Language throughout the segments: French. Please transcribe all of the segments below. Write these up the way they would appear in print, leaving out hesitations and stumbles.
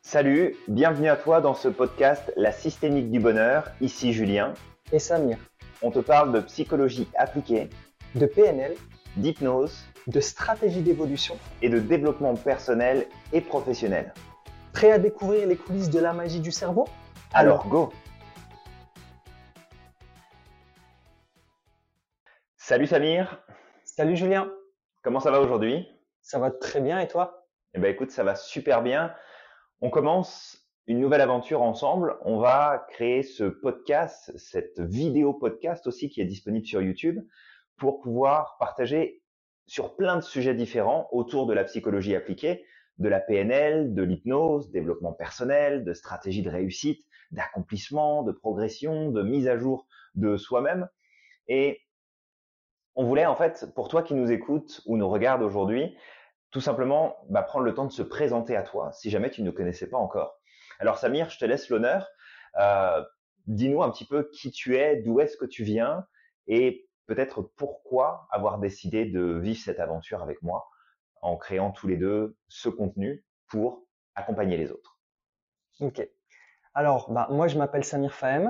Salut, bienvenue à toi dans ce podcast La systémique du bonheur, ici Julien. Et Samir, On te parle de psychologie appliquée, de PNL, d'hypnose de stratégie d'évolution, et de développement personnel et professionnel. prêt à découvrir les coulisses de la magie du cerveau? Alors go! Salut Samir, Salut Julien, comment ça va aujourd'hui? ça va très bien et toi? Eh ben écoute, ça va super bien. On commence une nouvelle aventure ensemble. On va créer ce podcast, cette vidéo podcast aussi qui est disponible sur YouTube pour pouvoir partager sur plein de sujets différents autour de la psychologie appliquée, de la PNL, de l'hypnose, développement personnel, de stratégie de réussite, d'accomplissement, de progression, de mise à jour de soi-même. Et on voulait en fait, pour toi qui nous écoutes ou nous regardes aujourd'hui, tout simplement prendre le temps de se présenter à toi si jamais tu ne nous connaissais pas encore. Alors Samir, je te laisse l'honneur. Euh, Dis-nous un petit peu qui tu es, d'où est-ce que tu viens et peut-être pourquoi avoir décidé de vivre cette aventure avec moi en créant tous les deux ce contenu pour accompagner les autres. Ok. Alors, moi je m'appelle Samir Fahem.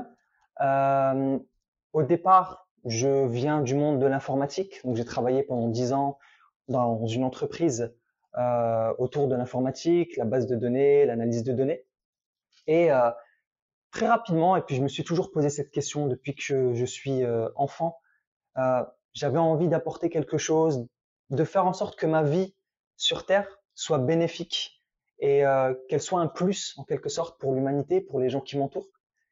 Euh, Au départ, je viens du monde de l'informatique. Donc j'ai travaillé pendant 10 ans dans une entreprise autour de l'informatique, la base de données, l'analyse de données. Et très rapidement, et puis je me suis toujours posé cette question depuis que je suis enfant. Euh, J'avais envie d'apporter quelque chose, de faire en sorte que ma vie sur Terre soit bénéfique et qu'elle soit un plus en quelque sorte pour l'humanité, pour les gens qui m'entourent.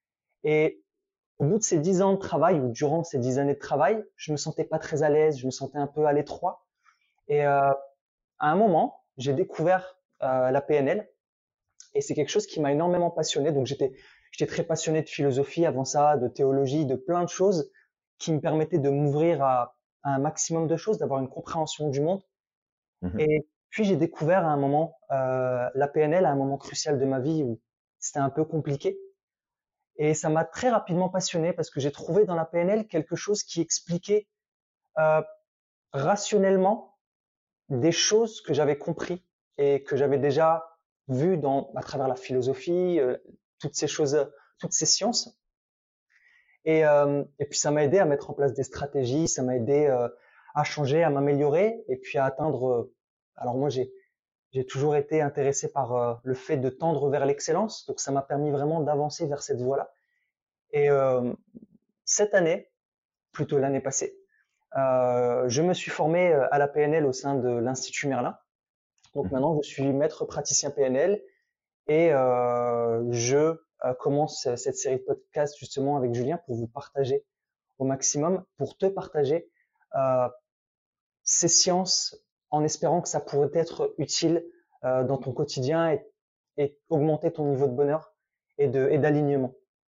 Et au bout de ces 10 ans de travail ou durant ces 10 années de travail, je me sentais pas très à l'aise, je me sentais un peu à l'étroit. Et à un moment, j'ai découvert la PNL et c'est quelque chose qui m'a énormément passionné. Donc j'étais très passionné de philosophie avant ça, de théologie, de plein de choses qui me permettaient de m'ouvrir à un maximum de choses, d'avoir une compréhension du monde. Mhm. Et puis j'ai découvert à un moment la PNL à un moment crucial de ma vie où c'était un peu compliqué. Et ça m'a très rapidement passionné parce que j'ai trouvé dans la PNL quelque chose qui expliquait euh, rationnellement des choses que j'avais compris et que j'avais déjà vues à travers la philosophie, toutes ces choses, toutes ces sciences. Et puis ça m'a aidé à mettre en place des stratégies, ça m'a aidé à changer, à m'améliorer et puis à atteindre. Alors moi j'ai toujours été intéressé par le fait de tendre vers l'excellence, donc ça m'a permis vraiment d'avancer vers cette voie-là. Et cette année, plutôt l'année passée, je me suis formé à la PNL au sein de l'Institut Merlin. Donc Mhm. maintenant je suis maître praticien PNL et je commence cette série de podcasts justement avec Julien pour vous partager au maximum, pour te partager euh, ces sciences en espérant que ça pourrait être utile dans ton quotidien et augmenter ton niveau de bonheur et d'alignement.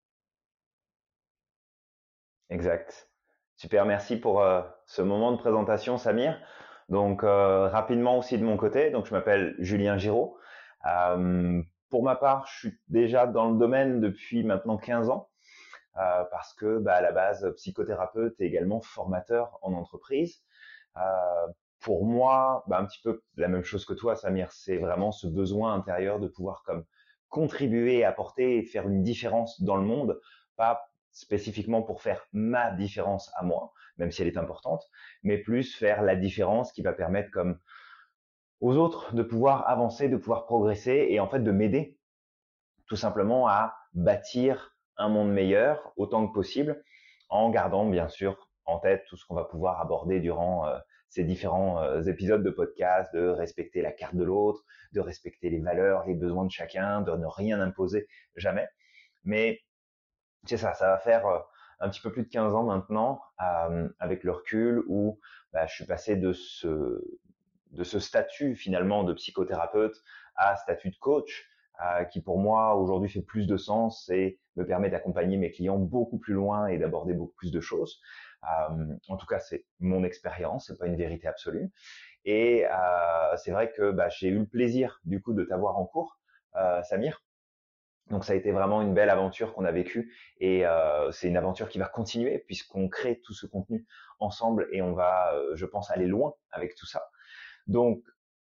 Exact. Super, merci pour ce moment de présentation, Samir. Donc, rapidement aussi de mon côté, donc je m'appelle Julien Giraud. Euh, pour ma part, je suis déjà dans le domaine depuis maintenant 15 ans, parce que à la base, psychothérapeute et également formateur en entreprise. Euh, pour moi, un petit peu la même chose que toi, Samir, c'est vraiment ce besoin intérieur de pouvoir comme contribuer, apporter et faire une différence dans le monde, pas spécifiquement pour faire ma différence à moi, même si elle est importante, mais plus faire la différence qui va permettre comme aux autres de pouvoir avancer, de pouvoir progresser et en fait de m'aider tout simplement à bâtir un monde meilleur autant que possible en gardant bien sûr en tête tout ce qu'on va pouvoir aborder durant ces différents épisodes de podcast, de respecter la carte de l'autre, de respecter les valeurs, les besoins de chacun, de ne rien imposer jamais. Mais c'est ça, ça va faire un petit peu plus de 15 ans maintenant avec le recul où je suis passé de ce statut finalement de psychothérapeute à statut de coach qui pour moi aujourd'hui fait plus de sens et me permet d'accompagner mes clients beaucoup plus loin et d'aborder beaucoup plus de choses. En tout cas, c'est mon expérience, c'est pas une vérité absolue. Et c'est vrai que j'ai eu le plaisir du coup de t'avoir en cours, Samir. Donc ça a été vraiment une belle aventure qu'on a vécue et c'est une aventure qui va continuer puisqu'on crée tout ce contenu ensemble et on va, je pense, aller loin avec tout ça. Donc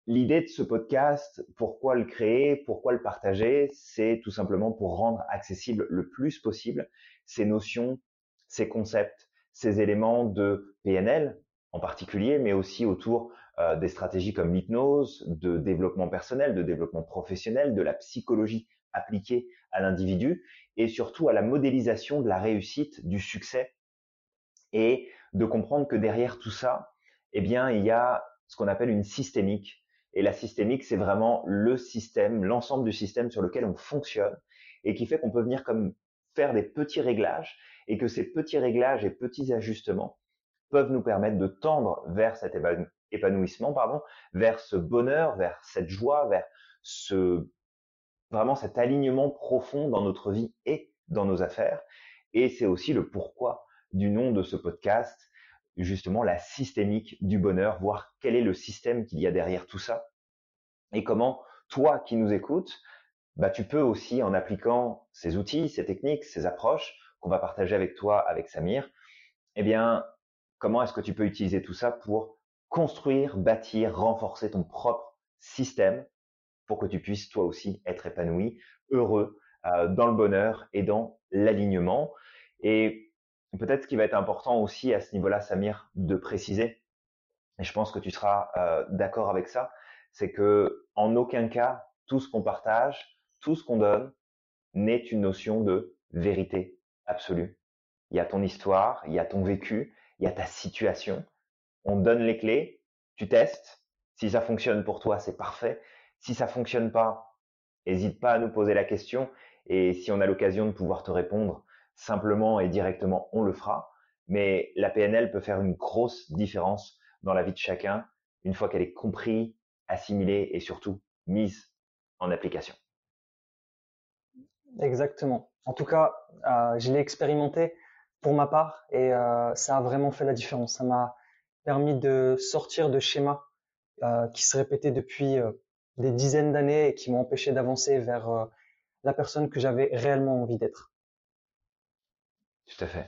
l'idée de ce podcast, pourquoi le créer, pourquoi le partager, c'est tout simplement pour rendre accessible le plus possible ces notions, ces concepts, ces éléments de PNL en particulier, mais aussi autour des stratégies comme l'hypnose, de développement personnel, de développement professionnel, de la psychologie appliquée à l'individu et surtout à la modélisation de la réussite, du succès et de comprendre que derrière tout ça, eh bien, il y a ce qu'on appelle une systémique. Et la systémique, c'est vraiment le système, l'ensemble du système sur lequel on fonctionne et qui fait qu'on peut venir comme faire des petits réglages et que ces petits réglages et petits ajustements peuvent nous permettre de tendre vers cet épanouissement, vers ce bonheur, vers cette joie, vers vraiment cet alignement profond dans notre vie et dans nos affaires. Et c'est aussi le pourquoi du nom de ce podcast, justement la systémique du bonheur, voir quel est le système qu'il y a derrière tout ça et comment toi qui nous écoutes, tu peux aussi en appliquant ces outils, ces techniques, ces approches qu'on va partager avec toi, avec Samir, eh bien, comment est-ce que tu peux utiliser tout ça pour construire, bâtir, renforcer ton propre système pour que tu puisses toi aussi être épanoui, heureux, dans le bonheur et dans l'alignement. Et peut-être ce qui va être important aussi à ce niveau-là, Samir, de préciser, et je pense que tu seras d'accord avec ça, c'est que en aucun cas, tout ce qu'on partage, tout ce qu'on donne, n'est une notion de vérité absolue. Il y a ton histoire, il y a ton vécu, il y a ta situation. On te donne les clés, tu testes. Si ça fonctionne pour toi, c'est parfait. Si ça fonctionne pas, n'hésite pas à nous poser la question. Et si on a l'occasion de pouvoir te répondre simplement et directement, on le fera. Mais la PNL peut faire une grosse différence dans la vie de chacun une fois qu'elle est comprise, assimilée et surtout mise en application. Exactement. En tout cas, je l'ai expérimenté pour ma part et ça a vraiment fait la différence. Ça m'a permis de sortir de schémas qui se répétaient depuis des dizaines d'années et qui m'ont empêché d'avancer vers la personne que j'avais réellement envie d'être. Tout à fait.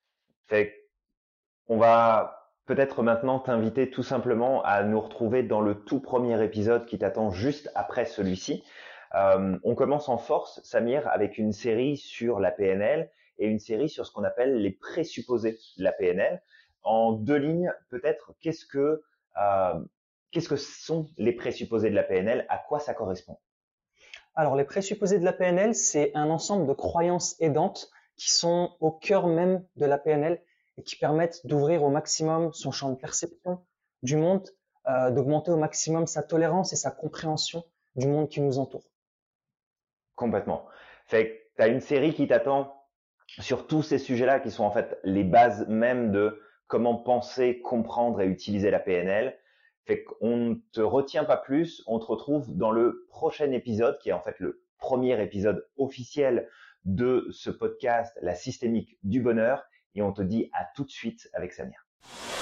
On va peut-être maintenant t'inviter tout simplement à nous retrouver dans le tout premier épisode qui t'attend juste après celui-ci. On commence en force, Samir, avec une série sur la PNL et une série sur ce qu'on appelle les présupposés de la PNL. En deux lignes, peut-être, qu'est-ce que sont les présupposés de la PNL? À quoi ça correspond? Alors, les présupposés de la PNL, c'est un ensemble de croyances aidantes qui sont au cœur même de la PNL et qui permettent d'ouvrir au maximum son champ de perception du monde, d'augmenter au maximum sa tolérance et sa compréhension du monde qui nous entoure. Complètement. Fait que tu as une série qui t'attend sur tous ces sujets-là qui sont en fait les bases même de comment penser, comprendre et utiliser la PNL. Fait qu'on ne te retient pas plus, on te retrouve dans le prochain épisode qui est en fait le premier épisode officiel de ce podcast, la systémique du bonheur, et on te dit à tout de suite avec Samir.